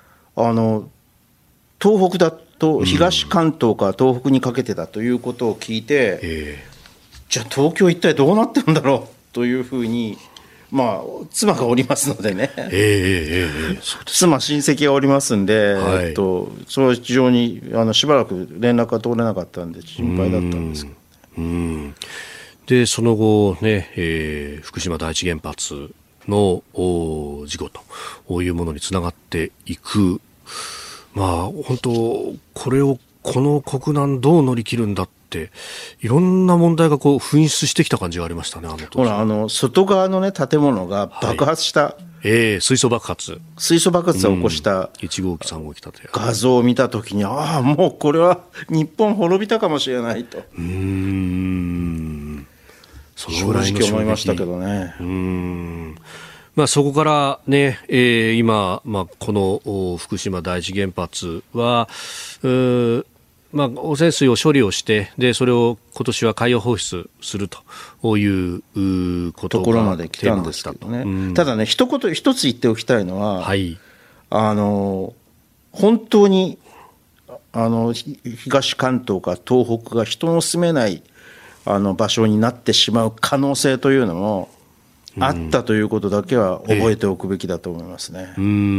東北だと東関東から東北にかけてだということを聞いて、じゃあ東京一体どうなってるんだろうというふうに、妻がおりますのでね、妻親戚がおりますんで、それは非常にしばらく連絡が通れなかったんで心配だったんですけど、 でその後ね、福島第一原発の事故というものにつながっていく。本当この国難どう乗り切るんだってっていろんな問題がこう噴出してきた感じがありましたね。 ほら外側の、ね、建物が爆発した、 水素爆発を起こした 1号機3号機建て画像を見たときに、もうこれは日本滅びたかもしれないとそのぐらいの正直思いましたけどね。 そこからね、今、この福島第一原発は汚染水を処理をしてでそれを今年は海洋放出するということがところまで来たんですけどね、ただね一つ言っておきたいのは、本当に東関東か東北が人の住めない場所になってしまう可能性というのもあったということだけは覚えておくべきだと思いますね。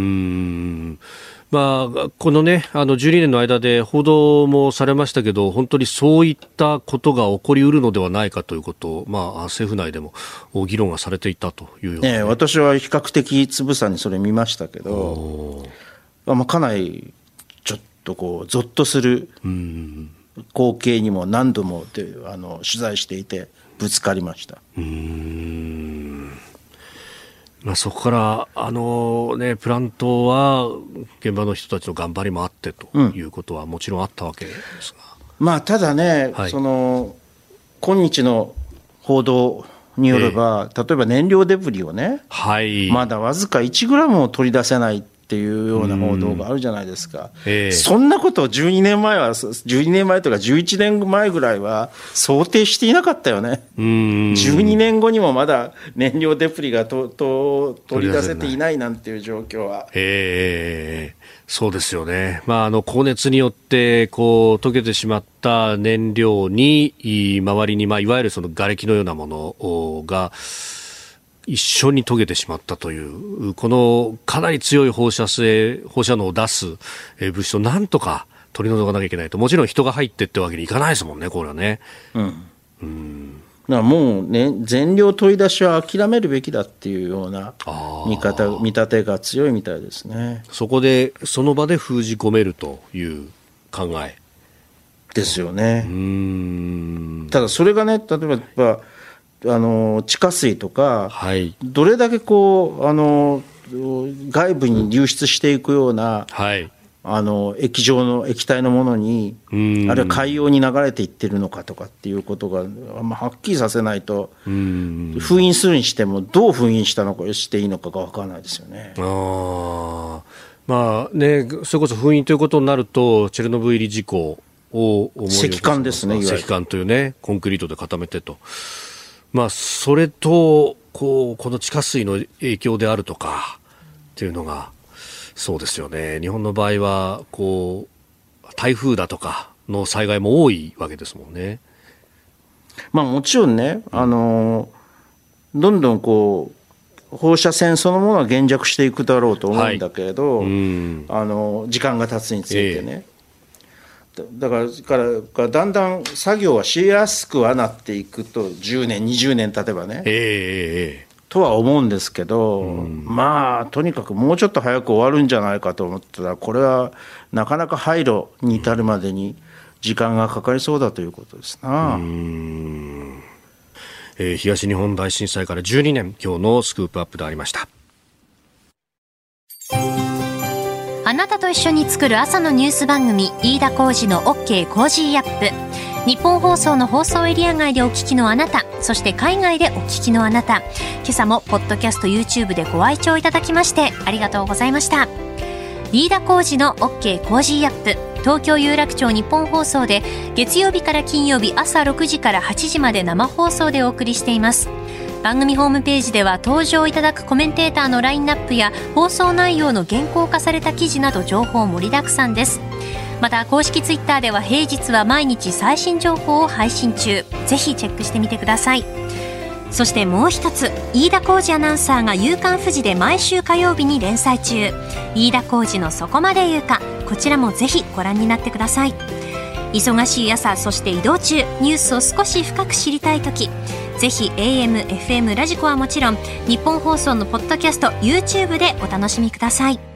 このね、12年の間で報道もされましたけど、本当にそういったことが起こりうるのではないかということを、政府内でも議論がされていたというような、ね。 私は比較的つぶさにそれ見ましたけど、かなりちょっとこうゾッとする光景にも何度も取材していてぶつかりました。 そこからプラントは現場の人たちの頑張りもあってということはもちろんあったわけですが、ただね、今日の報道によれば、例えば燃料デブリをね、まだわずか1グラムを取り出せないっていうような報道があるじゃないですか。そんなことを12年前とか11年前ぐらいは想定していなかったよね。12年後にもまだ燃料デブリが取り出せていないなんていう状況は。 そうですよね。高熱によって溶けてしまった燃料に周りにいわゆるその瓦礫のようなものが一緒に溶けてしまったというこのかなり強い放射能を出す物質をなんとか取り除かなきゃいけないと。もちろん人が入ってってわけにいかないですもんね、これはね。 だからもうね、全量取り出しは諦めるべきだっていうような見立てが強いみたいですね。 そこでその場で封じ込めるという考えですよね。ただそれがね、例えば地下水とか、どれだけ外部に流出していくような、液状の液体のものに、あるいは海洋に流れていってるのかとかっていうことが、はっきりさせないと、封印するにしてもどう封印していいのかが分からないですよね。 それこそ封印ということになるとチェルノブイリ事故を思い起こす。 石棺ですね。 石棺というね、コンクリートで固めてと。それとこの地下水の影響であるとかっていうのがそうですよね。日本の場合は台風だとかの災害も多いわけですもんね。 もちろんね、どんどん放射線そのものは減弱していくだろうと思うんだけれど、時間が経つにつれてね、だからだんだん作業はしやすくはなっていくと、10年20年経てばね、とは思うんですけど、とにかくもうちょっと早く終わるんじゃないかと思ったら、これはなかなか廃炉に至るまでに時間がかかりそうだということですな。 東日本大震災から12年、今日のスクープアップでありました。 あなたと一緒に作る朝のニュース番組、飯田浩司の OK コージーアップ。日本放送の放送エリア外でお聞きのあなた、そして海外でお聞きのあなた、今朝もポッドキャスト YouTube でご愛聴いただきましてありがとうございました。飯田浩司の OK コージーアップ、東京有楽町日本放送で月曜日から金曜日朝6時から8時まで生放送でお送りしています。番組ホームページでは登場いただくコメンテーターのラインナップや放送内容の原稿化された記事など情報盛りだくさんです。また公式ツイッターでは平日は毎日最新情報を配信中、ぜひチェックしてみてください。そしてもう一つ、飯田浩司アナウンサーが夕刊フジで毎週火曜日に連載中、飯田浩司のそこまで言うか、こちらもぜひご覧になってください。忙しい朝、そして移動中、ニュースを少し深く知りたいとき、ぜひ AM、FM、ラジコはもちろん日本放送のポッドキャスト YouTube でお楽しみください。